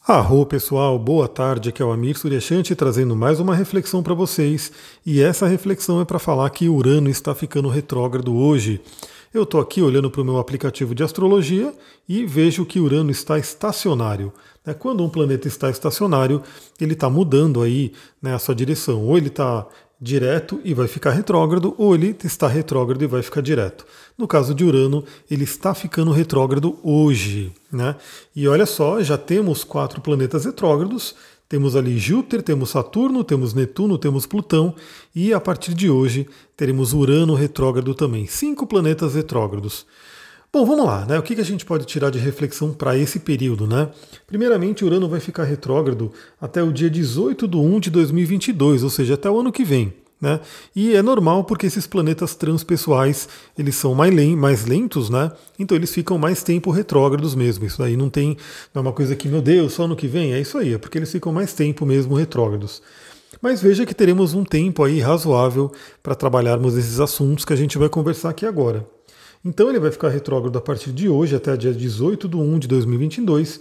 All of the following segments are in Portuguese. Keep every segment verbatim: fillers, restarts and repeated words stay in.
Arro pessoal, boa tarde, aqui é o Amir Suryashanti trazendo mais uma reflexão para vocês e essa reflexão é para falar que Urano está ficando retrógrado hoje. Eu estou aqui olhando para o meu aplicativo de astrologia e vejo que Urano está estacionário. Né? Quando um planeta está estacionário, ele está mudando aí, né, a sua direção, ou ele está direto e vai ficar retrógrado, ou ele está retrógrado e vai ficar direto. No caso de Urano, ele está ficando retrógrado hoje, né? E olha só, já temos quatro planetas retrógrados, temos ali Júpiter, temos Saturno, temos Netuno, temos Plutão, e a partir de hoje teremos Urano retrógrado também. Cinco planetas retrógrados. Bom, vamos lá, né? O que a gente pode tirar de reflexão para esse período, né? Primeiramente, Urano vai ficar retrógrado até o dia dezoito de um de dois mil e vinte e dois, ou seja, até o ano que vem. Né? E é normal porque esses planetas transpessoais eles são mais, mais lentos, né? Então eles ficam mais tempo retrógrados mesmo. Isso aí não tem, não é uma coisa que, meu Deus, só no que vem, é isso aí, é porque eles ficam mais tempo mesmo retrógrados. Mas veja que teremos um tempo aí razoável para trabalharmos esses assuntos que a gente vai conversar aqui agora. Então ele vai ficar retrógrado a partir de hoje até dia dezoito de um de dois mil e vinte e dois.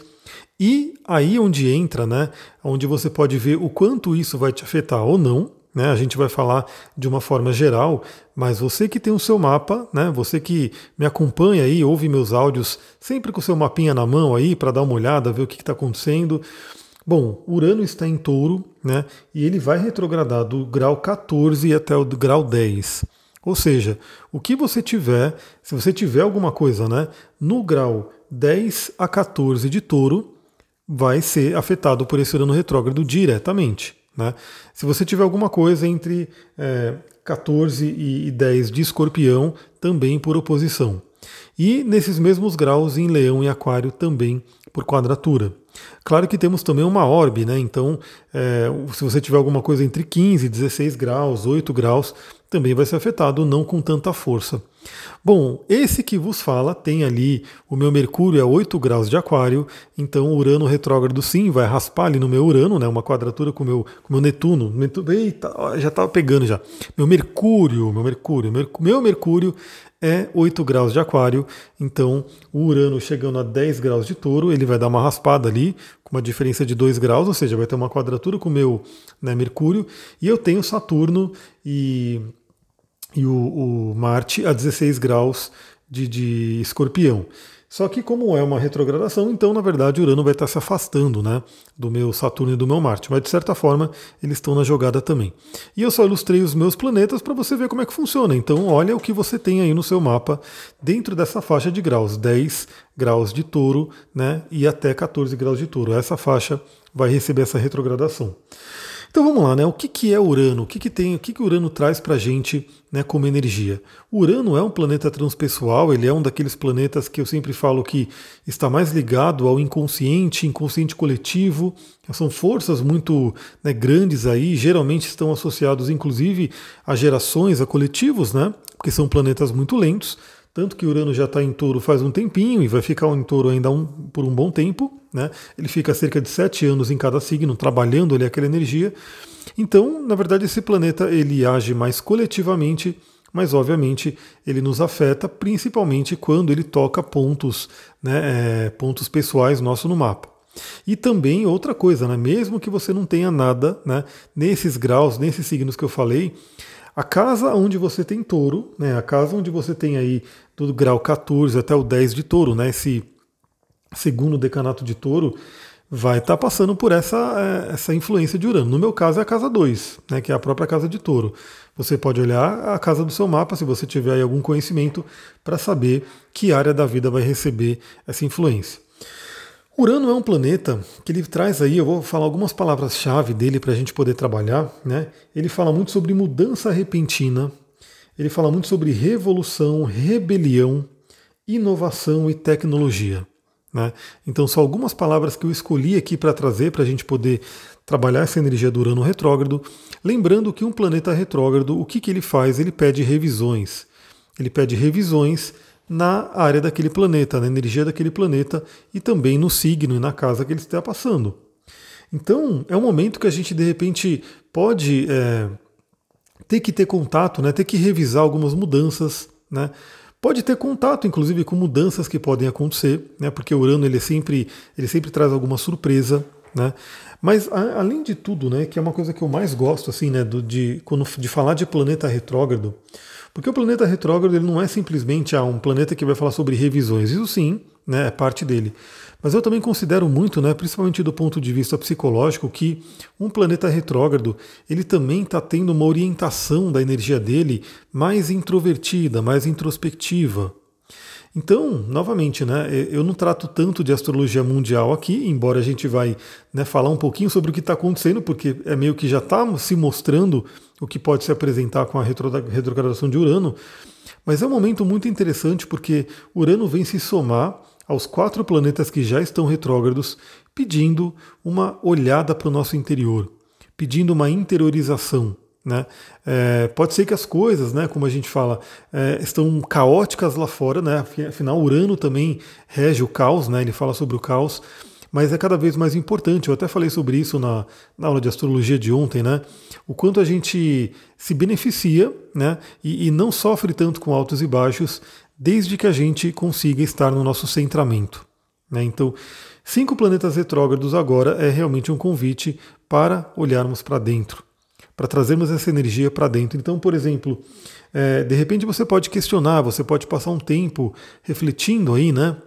E aí onde entra, né? Onde você pode ver o quanto isso vai te afetar ou não. Né, a gente vai falar de uma forma geral, mas você que tem o seu mapa, né, você que me acompanha aí, ouve meus áudios sempre com o seu mapinha na mão aí para dar uma olhada, ver o que está acontecendo. Bom, Urano está em Touro, né, e ele vai retrogradar do grau quatorze até o grau dez. Ou seja, o que você tiver, se você tiver alguma coisa, né, no grau dez a quatorze de Touro, vai ser afetado por esse Urano retrógrado diretamente. Né? Se você tiver alguma coisa entre é, quatorze e dez de Escorpião, também por oposição. E nesses mesmos graus em Leão e Aquário também por quadratura. Claro que temos também uma orbe, né? Então, é, se você tiver alguma coisa entre quinze e dezesseis graus, oito graus, também vai ser afetado, não com tanta força. Bom, esse que vos fala tem ali o meu Mercúrio a oito graus de Aquário, então o Urano retrógrado sim vai raspar ali no meu Urano, né, uma quadratura com o meu, com meu Netuno. Eita, já estava pegando já. Meu Mercúrio, meu Mercúrio, meu Mercúrio é oito graus de Aquário, então o Urano chegando a dez graus de Touro, ele vai dar uma raspada ali, com uma diferença de dois graus, ou seja, vai ter uma quadratura com o meu, né, Mercúrio, e eu tenho Saturno e, e o, o Marte a dezesseis graus de, de Escorpião. Só que como é uma retrogradação, então na verdade Urano vai estar se afastando, né, do meu Saturno e do meu Marte, mas de certa forma eles estão na jogada também. E eu só ilustrei os meus planetas para você ver como é que funciona. Então olha o que você tem aí no seu mapa dentro dessa faixa de graus, dez graus de Touro, né, e até quatorze graus de Touro. Essa faixa vai receber essa retrogradação. Então vamos lá, né? O que, que é Urano? O que, que tem? O que, que Urano traz para a gente, né, como energia? Urano é um planeta transpessoal, ele é um daqueles planetas que eu sempre falo que está mais ligado ao inconsciente, inconsciente coletivo. São forças muito, né, grandes aí, geralmente estão associados inclusive a gerações, a coletivos, né? Porque são planetas muito lentos. Tanto que Urano já está em Touro faz um tempinho e vai ficar em Touro ainda um, por um bom tempo. Né? Ele fica cerca de sete anos em cada signo, trabalhando ali aquela energia. Então, na verdade, esse planeta ele age mais coletivamente, mas obviamente ele nos afeta, principalmente quando ele toca pontos, né, é, pontos pessoais nossos no mapa. E também outra coisa, né, mesmo que você não tenha nada, né, nesses graus, nesses signos que eu falei, a casa onde você tem Touro, né, a casa onde você tem aí do grau quatorze até o dez de Touro, né, esse segundo decanato de Touro, vai estar tá passando por essa, essa influência de Urano. No meu caso é a casa dois, né, que é a própria casa de Touro. Você pode olhar a casa do seu mapa, se você tiver aí algum conhecimento, para saber que área da vida vai receber essa influência. Urano é um planeta que ele traz aí, eu vou falar algumas palavras-chave dele para a gente poder trabalhar, né? Ele fala muito sobre mudança repentina, ele fala muito sobre revolução, rebelião, inovação e tecnologia. Né? Então são algumas palavras que eu escolhi aqui para trazer para a gente poder trabalhar essa energia do Urano retrógrado. Lembrando que um planeta retrógrado, o que, que ele faz? Ele pede revisões. Ele pede revisões na área daquele planeta, na energia daquele planeta e também no signo e na casa que ele está passando. Então é um momento que a gente de repente pode é, ter que ter contato, né, ter que revisar algumas mudanças, né? pode ter contato, inclusive, com mudanças que podem acontecer, né? Porque o Urano ele sempre, ele sempre traz alguma surpresa, né? Mas a, além de tudo, né, que é uma coisa que eu mais gosto, assim, né, do, de, quando, de falar de planeta retrógrado, porque o planeta retrógrado ele não é simplesmente ah, um planeta que vai falar sobre revisões, isso sim, né, é parte dele. Mas eu também considero muito, né, principalmente do ponto de vista psicológico, que um planeta retrógrado ele também está tendo uma orientação da energia dele mais introvertida, mais introspectiva. Então, novamente, né, eu não trato tanto de astrologia mundial aqui, embora a gente vai, né, falar um pouquinho sobre o que está acontecendo, porque é meio que já está se mostrando o que pode se apresentar com a retrogradação de Urano, mas é um momento muito interessante porque Urano vem se somar aos quatro planetas que já estão retrógrados, pedindo uma olhada para o nosso interior, pedindo uma interiorização. Né? É, pode ser que as coisas, né, como a gente fala, é, estão caóticas lá fora, né? Afinal, Urano também rege o caos, né? Ele fala sobre o caos, mas é cada vez mais importante. Eu até falei sobre isso na, na aula de astrologia de ontem, né? O quanto a gente se beneficia, né? E, e não sofre tanto com altos e baixos, desde que a gente consiga estar no nosso centramento. Né? Então, cinco planetas retrógrados agora é realmente um convite para olharmos para dentro, para trazermos essa energia para dentro. Então, por exemplo, é, de repente você pode questionar, você pode passar um tempo refletindo aí, né?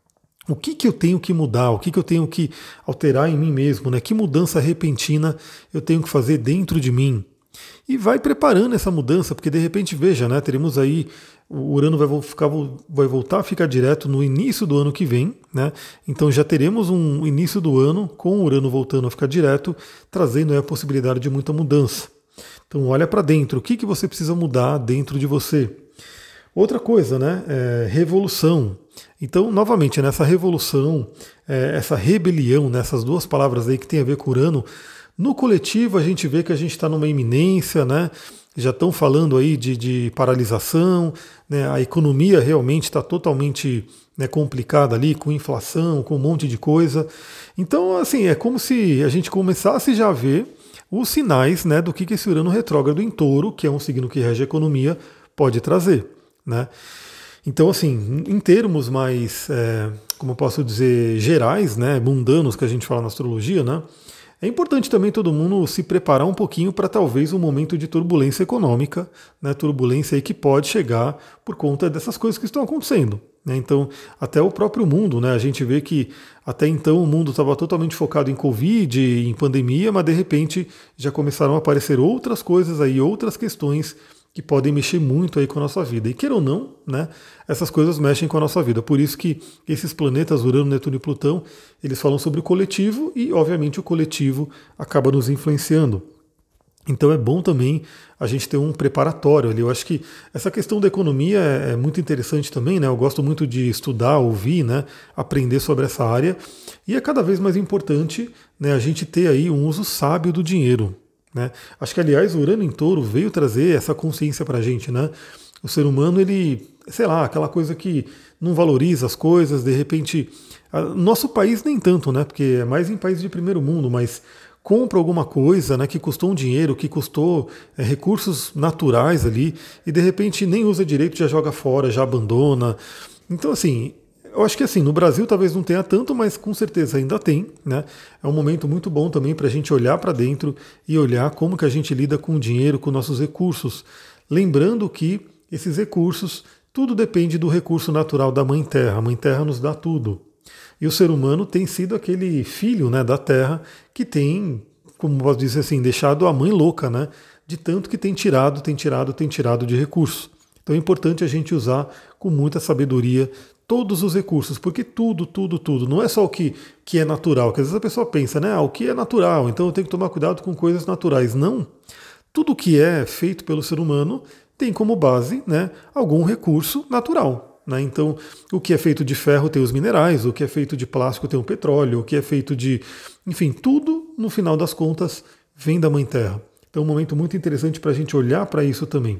O que, que eu tenho que mudar? O que, que eu tenho que alterar em mim mesmo? Né? Que mudança repentina eu tenho que fazer dentro de mim? E vai preparando essa mudança, porque de repente, veja, né? Teremos aí, o Urano vai, ficar, vai voltar a ficar direto no início do ano que vem, né? Então já teremos um início do ano com o Urano voltando a ficar direto, trazendo aí a possibilidade de muita mudança. Então olha para dentro, o que, que você precisa mudar dentro de você? Outra coisa, né? É revolução. Então, novamente, nessa revolução, é, essa rebelião, nessas duas palavras aí que tem a ver com Urano, no coletivo a gente vê que a gente está numa iminência, né? Já estão falando aí de, de paralisação, né? A economia realmente está totalmente, né, complicada ali, com inflação, com um monte de coisa. Então, assim, é como se a gente começasse já a ver os sinais, né, do que esse Urano retrógrado em Touro, que é um signo que rege a economia, pode trazer. Né? Então, assim, em termos mais, é, como eu posso dizer, gerais, né, mundanos que a gente fala na astrologia, né? É importante também todo mundo se preparar um pouquinho para talvez um momento de turbulência econômica, né, turbulência aí que pode chegar por conta dessas coisas que estão acontecendo. Né? Então, até o próprio mundo, né, a gente vê que até então o mundo estava totalmente focado em Covid, em pandemia, mas de repente já começaram a aparecer outras coisas aí, outras questões que podem mexer muito aí com a nossa vida. E queira ou não, né, essas coisas mexem com a nossa vida. Por isso que esses planetas, Urano, Netuno e Plutão, eles falam sobre o coletivo e, obviamente, o coletivo acaba nos influenciando. Então é bom também a gente ter um preparatório ali. Eu acho que essa questão da economia é muito interessante também, né? Eu gosto muito de estudar, ouvir, né, aprender sobre essa área. E é cada vez mais importante, né, a gente ter aí um uso sábio do dinheiro. Né? Acho que, aliás, o Urano em Touro veio trazer essa consciência para a gente. Né? O ser humano, ele, sei lá, aquela coisa que não valoriza as coisas, de repente. A, nosso país nem tanto, né? Porque é mais em países de primeiro mundo, mas compra alguma coisa, né, que custou um dinheiro, que custou é, recursos naturais ali, e de repente nem usa direito, já joga fora, já abandona. Então, assim. Eu acho que assim, no Brasil talvez não tenha tanto, mas com certeza ainda tem, né? É um momento muito bom também para a gente olhar para dentro e olhar como que a gente lida com o dinheiro, com nossos recursos. Lembrando que esses recursos, tudo depende do recurso natural da Mãe Terra. A Mãe Terra nos dá tudo. E o ser humano tem sido aquele filho, né, da Terra que tem, como posso dizer assim, deixado a mãe louca, né? De tanto que tem tirado, tem tirado, tem tirado de recurso. Então é importante a gente usar com muita sabedoria todos os recursos, porque tudo, tudo, tudo, não é só o que, que é natural, que às vezes a pessoa pensa, né, ah, o que é natural, então eu tenho que tomar cuidado com coisas naturais. Não, tudo que é feito pelo ser humano tem como base, né, algum recurso natural. Né? Então, o que é feito de ferro tem os minerais, o que é feito de plástico tem o petróleo, o que é feito de... Enfim, tudo, no final das contas, vem da Mãe Terra. Então é um momento muito interessante para a gente olhar para isso também.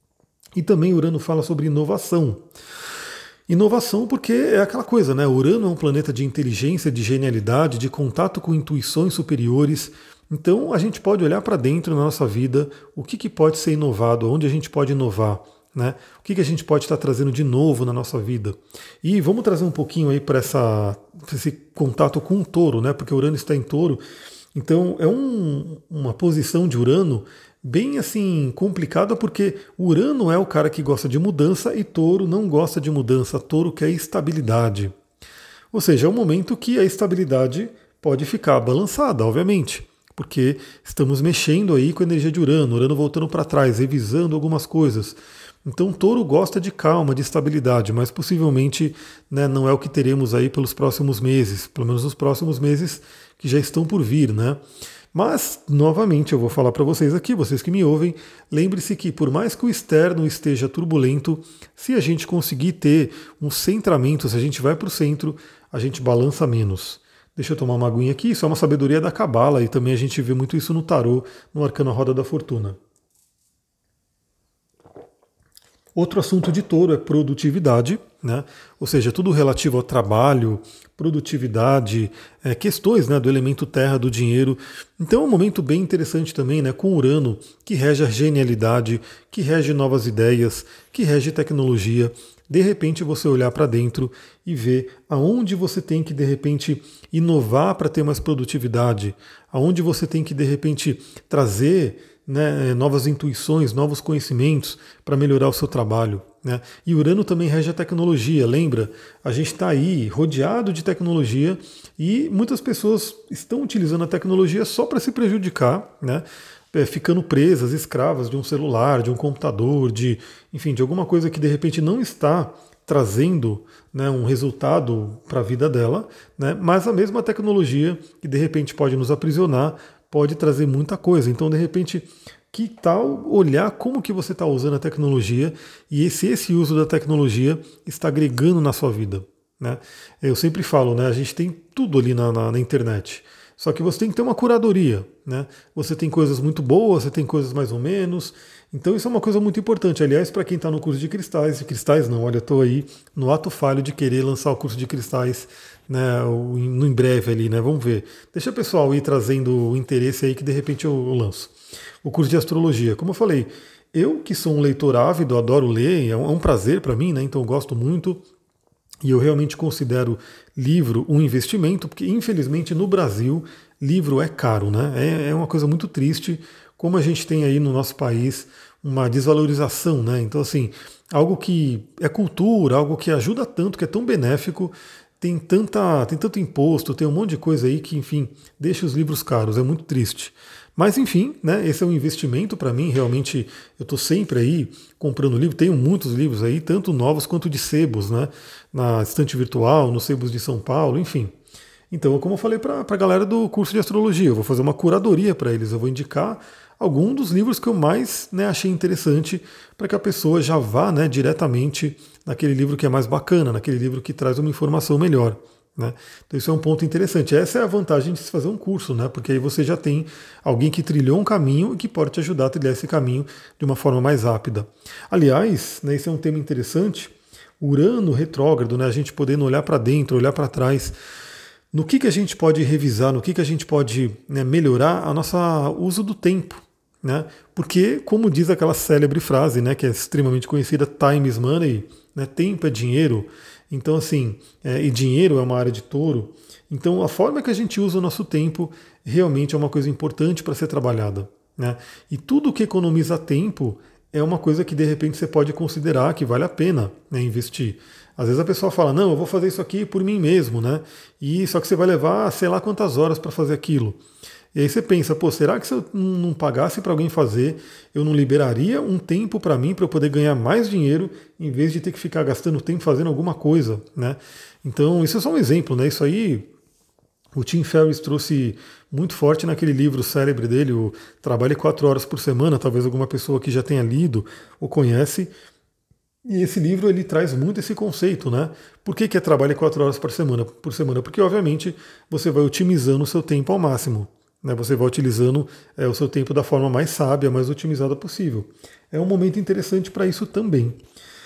E também Urano fala sobre inovação. Inovação porque é aquela coisa, né? Urano é um planeta de inteligência, de genialidade, de contato com intuições superiores. Então a gente pode olhar para dentro na nossa vida, o que, que pode ser inovado, onde a gente pode inovar. Né? O que, que a gente pode estar trazendo de novo na nossa vida? E vamos trazer um pouquinho aí para esse contato com o touro, né? Porque Urano está em touro. Então é um, uma posição de Urano bem assim complicada, porque Urano é o cara que gosta de mudança e touro não gosta de mudança. Touro quer estabilidade. Ou seja, é um momento que a estabilidade pode ficar balançada, obviamente. Porque estamos mexendo aí com a energia de Urano, Urano voltando para trás, revisando algumas coisas. Então, Touro gosta de calma, de estabilidade, mas possivelmente, né, não é o que teremos aí pelos próximos meses, pelo menos nos próximos meses que já estão por vir, né? Mas, novamente, eu vou falar para vocês aqui, vocês que me ouvem, lembre-se que por mais que o externo esteja turbulento, se a gente conseguir ter um centramento, se a gente vai para o centro, a gente balança menos. Deixa eu tomar uma aguinha aqui, isso é uma sabedoria da Cabala e também a gente vê muito isso no tarô, no Arcano Roda da Fortuna. Outro assunto de touro é produtividade, né? Ou seja, tudo relativo ao trabalho, produtividade, é, questões, né, do elemento terra, do dinheiro. Então é um momento bem interessante também, né, com Urano, que rege a genialidade, que rege novas ideias, que rege tecnologia. De repente você olhar para dentro e ver aonde você tem que de repente inovar para ter mais produtividade, aonde você tem que de repente trazer, né, novas intuições, novos conhecimentos para melhorar o seu trabalho. Né? E Urano também rege a tecnologia, lembra? A gente está aí rodeado de tecnologia e muitas pessoas estão utilizando a tecnologia só para se prejudicar, né? É, ficando presas, escravas de um celular, de um computador, de, enfim, de alguma coisa que de repente não está trazendo, né, um resultado para a vida dela, né? Mas a mesma tecnologia que de repente pode nos aprisionar, pode trazer muita coisa. Então, de repente, que tal olhar como que você está usando a tecnologia e se esse uso da tecnologia está agregando na sua vida. Né? Eu sempre falo, né, a gente tem tudo ali na, na, na internet. Só que você tem que ter uma curadoria. Né? Você tem coisas muito boas, você tem coisas mais ou menos. Então isso é uma coisa muito importante. Aliás, para quem está no curso de cristais, de cristais não, olha, eu estou aí no ato falho de querer lançar o curso de cristais, né, no em breve ali, né? Vamos ver. Deixa o pessoal ir trazendo o interesse aí que de repente eu, eu lanço. O curso de astrologia. Como eu falei, eu que sou um leitor ávido, adoro ler, é um, é um prazer para mim, né? Então eu gosto muito. E eu realmente considero livro um investimento, porque infelizmente no Brasil livro é caro, né? É, é uma coisa muito triste, como a gente tem aí no nosso país uma desvalorização, né? Então, assim, algo que é cultura, algo que ajuda tanto, que é tão benéfico, tem, tanta, tem tanto imposto, tem um monte de coisa aí que, enfim, deixa os livros caros, é muito triste. Mas enfim, né, esse é um investimento para mim, realmente eu estou sempre aí comprando livro, tenho muitos livros aí, tanto novos quanto de sebos, né, na estante virtual, nos sebos de São Paulo, enfim. Então, como eu falei para a galera do curso de astrologia, eu vou fazer uma curadoria para eles, eu vou indicar algum dos livros que eu mais, né, achei interessante para que a pessoa já vá, né, diretamente naquele livro que é mais bacana, naquele livro que traz uma informação melhor. Né? Então isso é um ponto interessante. Essa é a vantagem de se fazer um curso, né? Porque aí você já tem alguém que trilhou um caminho e que pode te ajudar a trilhar esse caminho de uma forma mais rápida. Aliás, né, esse é um tema interessante. Urano retrógrado, né, a gente podendo olhar para dentro, olhar para trás, no que, que a gente pode revisar, no que, que a gente pode, né, melhorar a nossa uso do tempo. Né? Porque, como diz aquela célebre frase, né, que é extremamente conhecida, time is money, né, tempo é dinheiro. Então, assim, é, e dinheiro é uma área de touro. Então, a forma que a gente usa o nosso tempo realmente é uma coisa importante para ser trabalhada. Né? E tudo que economiza tempo é uma coisa que, de repente, você pode considerar que vale a pena, né, investir. Às vezes a pessoa fala, não, eu vou fazer isso aqui por mim mesmo, né? E só que você vai levar sei lá quantas horas para fazer aquilo. E aí você pensa, pô, será que se eu não pagasse para alguém fazer, eu não liberaria um tempo para mim para eu poder ganhar mais dinheiro em vez de ter que ficar gastando tempo fazendo alguma coisa, né? Então, isso é só um exemplo, né? Isso aí o Tim Ferriss trouxe muito forte naquele livro célebre dele, o Trabalhe Quatro Horas por Semana, talvez alguma pessoa que já tenha lido ou conhece. E esse livro ele traz muito esse conceito, né? Por que, que é trabalhe quatro horas por semana? Por semana? Porque, obviamente, você vai otimizando o seu tempo ao máximo. Né? Você vai utilizando é, o seu tempo da forma mais sábia, mais otimizada possível. É um momento interessante para isso também.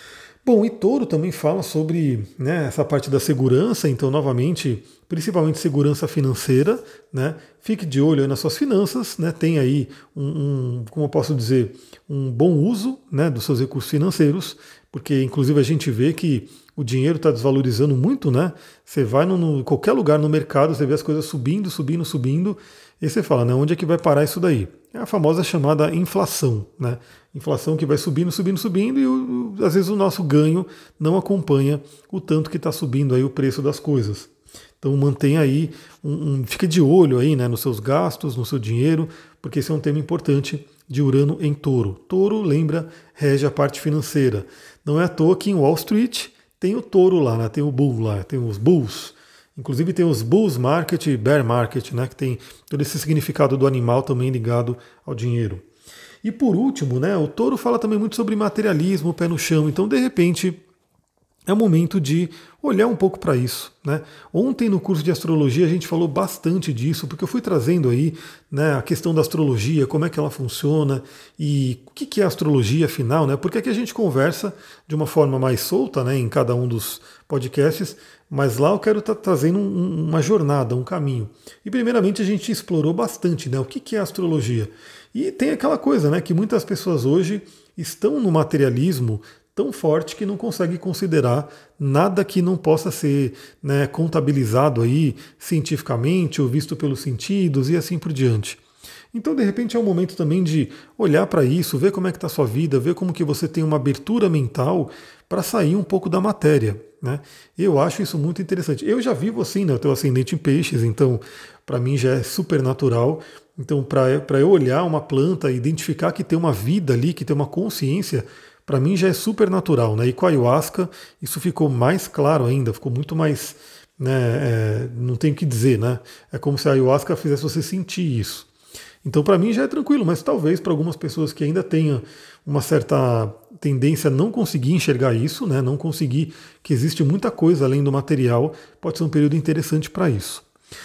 Bom, e Touro também fala sobre, né, essa parte da segurança, então, novamente, principalmente segurança financeira, né? Fique de olho aí nas suas finanças, né? Tem aí um, um, como eu posso dizer, um bom uso, né, dos seus recursos financeiros, porque inclusive a gente vê que o dinheiro está desvalorizando muito, né? Você vai no, no qualquer lugar no mercado, você vê as coisas subindo, subindo, subindo, e você fala, né, onde é que vai parar isso daí? É a famosa chamada inflação, né? Inflação que vai subindo, subindo, subindo, e o, o, às vezes o nosso ganho não acompanha o tanto que está subindo aí o preço das coisas. Então mantenha aí, um, um, fica de olho aí, né, nos seus gastos, no seu dinheiro, porque esse é um tema importante de Urano em Touro. Touro, lembra, rege a parte financeira. Não é à toa que em Wall Street tem o touro lá, né, tem o bull lá, tem os bulls. Inclusive tem os bulls market e bear market, né, que tem todo esse significado do animal também ligado ao dinheiro. E por último, né, o touro fala também muito sobre materialismo, pé no chão. Então, de repente, é o momento de olhar um pouco para isso, né? Ontem no curso de astrologia a gente falou bastante disso, porque eu fui trazendo aí, né, a questão da astrologia, como é que ela funciona e o que é a astrologia afinal, né? Porque aqui a gente conversa de uma forma mais solta, né, em cada um dos podcasts, mas lá eu quero estar tá trazendo um, uma jornada, um caminho. E primeiramente a gente explorou bastante, né, o que é a astrologia. E tem aquela coisa, né, que muitas pessoas hoje estão no materialismo tão forte que não consegue considerar nada que não possa ser, né, contabilizado aí cientificamente ou visto pelos sentidos e assim por diante. Então, de repente, é um momento também de olhar para isso, ver como é que está a sua vida, ver como que você tem uma abertura mental para sair um pouco da matéria, né? Eu acho isso muito interessante. Eu já vivo assim, né? Eu tenho ascendente em peixes, então para mim já é super natural. Então, para eu olhar uma planta, identificar que tem uma vida ali, que tem uma consciência, para mim já é super natural, né? E com a ayahuasca isso ficou mais claro ainda, ficou muito mais, né, é, não tem o que dizer, né? É como se a ayahuasca fizesse você sentir isso. Então para mim já é tranquilo, mas talvez para algumas pessoas que ainda tenham uma certa tendência a não conseguir enxergar isso, né? Não conseguir que existe muita coisa além do material, pode ser um período interessante para isso.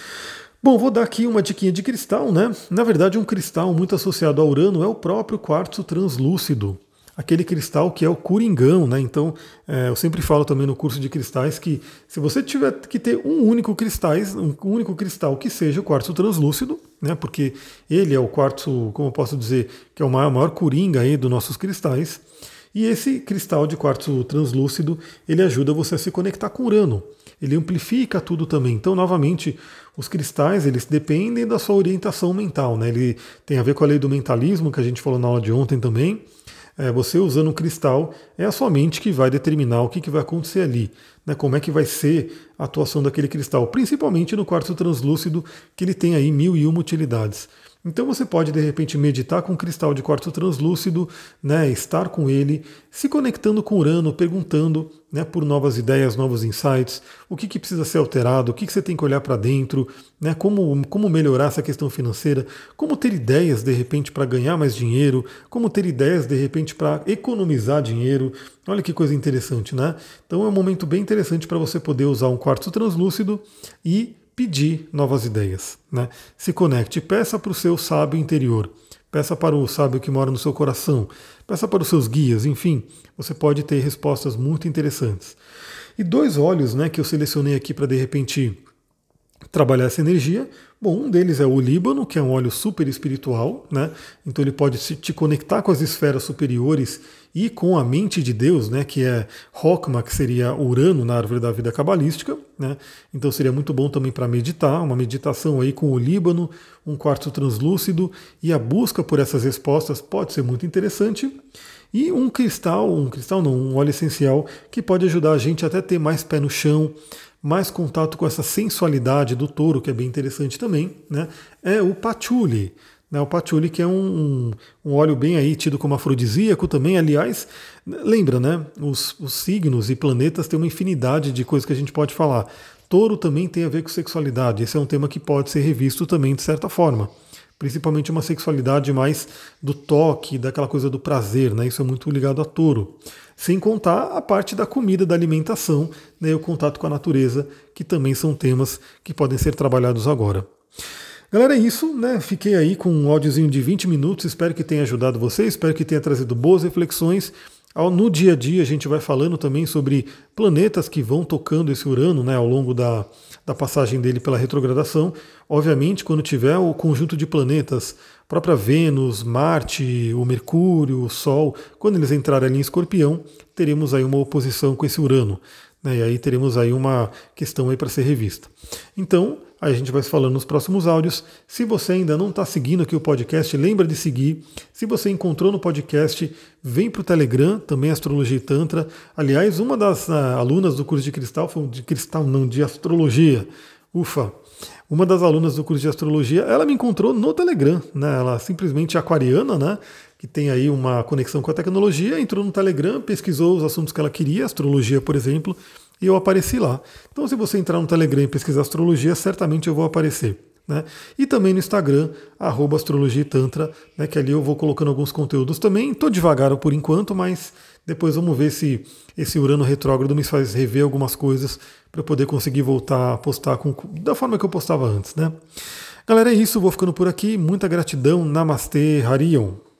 Bom, vou dar aqui uma diquinha de cristal, né? Na verdade, um cristal muito associado a Urano é o próprio quartzo translúcido. Aquele cristal que é o coringão, né? Então, é, eu sempre falo também no curso de cristais que se você tiver que ter um único cristais, um único cristal que seja o quartzo translúcido, né? Porque ele é o quartzo, como eu posso dizer, que é o maior, maior coringa aí dos nossos cristais. E esse cristal de quartzo translúcido, ele ajuda você a se conectar com Urano. Ele amplifica tudo também. Então, novamente, os cristais, eles dependem da sua orientação mental, né? Ele tem a ver com a lei do mentalismo, que a gente falou na aula de ontem também. É, você usando um cristal, é a sua mente que vai determinar o que, que vai acontecer ali, né, como é que vai ser a atuação daquele cristal, principalmente no quartzo translúcido, que ele tem aí mil e uma utilidades. Então você pode, de repente, meditar com um cristal de quartzo translúcido, né, estar com ele, se conectando com Urano, perguntando, né, por novas ideias, novos insights, o que, que precisa ser alterado, o que, que você tem que olhar para dentro, né, como, como melhorar essa questão financeira, como ter ideias, de repente, para ganhar mais dinheiro, como ter ideias, de repente, para economizar dinheiro. Olha que coisa interessante, né? Então é um momento bem interessante para você poder usar um quartzo translúcido e pedir novas ideias, né? Se conecte, peça para o seu sábio interior, peça para o sábio que mora no seu coração, peça para os seus guias, enfim, você pode ter respostas muito interessantes. E dois óleos, né, que eu selecionei aqui para de repente trabalhar essa energia. Bom, um deles é o Líbano, que é um óleo super espiritual, né? Então ele pode te conectar com as esferas superiores e com a mente de Deus, né? Que é Hokma, que seria Urano na árvore da vida cabalística, né? Então seria muito bom também para meditar, uma meditação aí com o Líbano, um quartzo translúcido, e a busca por essas respostas pode ser muito interessante. E um cristal, um cristal não, um óleo essencial que pode ajudar a gente até ter mais pé no chão, mais contato com essa sensualidade do touro, que é bem interessante também, né? É o patchouli. Né? O patchouli que é um, um, um óleo bem aí tido como afrodisíaco também, aliás, lembra, né? Os, os signos e planetas têm uma infinidade de coisas que a gente pode falar. Touro também tem a ver com sexualidade, esse é um tema que pode ser revisto também de certa forma. Principalmente uma sexualidade mais do toque, daquela coisa do prazer, né? Isso é muito ligado a touro. Sem contar a parte da comida, da alimentação, né? E o contato com a natureza, que também são temas que podem ser trabalhados agora. Galera, é isso, né? Fiquei aí com um áudiozinho de vinte minutos, espero que tenha ajudado você, espero que tenha trazido boas reflexões. No dia a dia a gente vai falando também sobre planetas que vão tocando esse Urano, né, ao longo da, da passagem dele pela retrogradação. Obviamente, quando tiver o conjunto de planetas, a própria Vênus, Marte, o Mercúrio, o Sol, quando eles entrarem ali em Escorpião, teremos aí uma oposição com esse Urano, né, e aí teremos aí uma questão aí para ser revista. Então, a gente vai se falando nos próximos áudios. Se você ainda não está seguindo aqui o podcast, lembra de seguir. Se você encontrou no podcast, vem para o Telegram, também Astrologia e Tantra. Aliás, uma das uh, alunas do curso de cristal, de cristal não, de astrologia, ufa, uma das alunas do curso de astrologia, ela me encontrou no Telegram, né? Ela simplesmente é aquariana, né? Que tem aí uma conexão com a tecnologia, entrou no Telegram, pesquisou os assuntos que ela queria, astrologia, por exemplo, e eu apareci lá. Então, se você entrar no Telegram e pesquisar astrologia, certamente eu vou aparecer. Né? E também no Instagram, arroba astrologia e tantra, né, que ali eu vou colocando alguns conteúdos também. Estou devagar por enquanto, mas depois vamos ver se esse Urano retrógrado me faz rever algumas coisas para eu poder conseguir voltar a postar com, da forma que eu postava antes. Né? Galera, é isso, vou ficando por aqui. Muita gratidão. Namastê, Harion.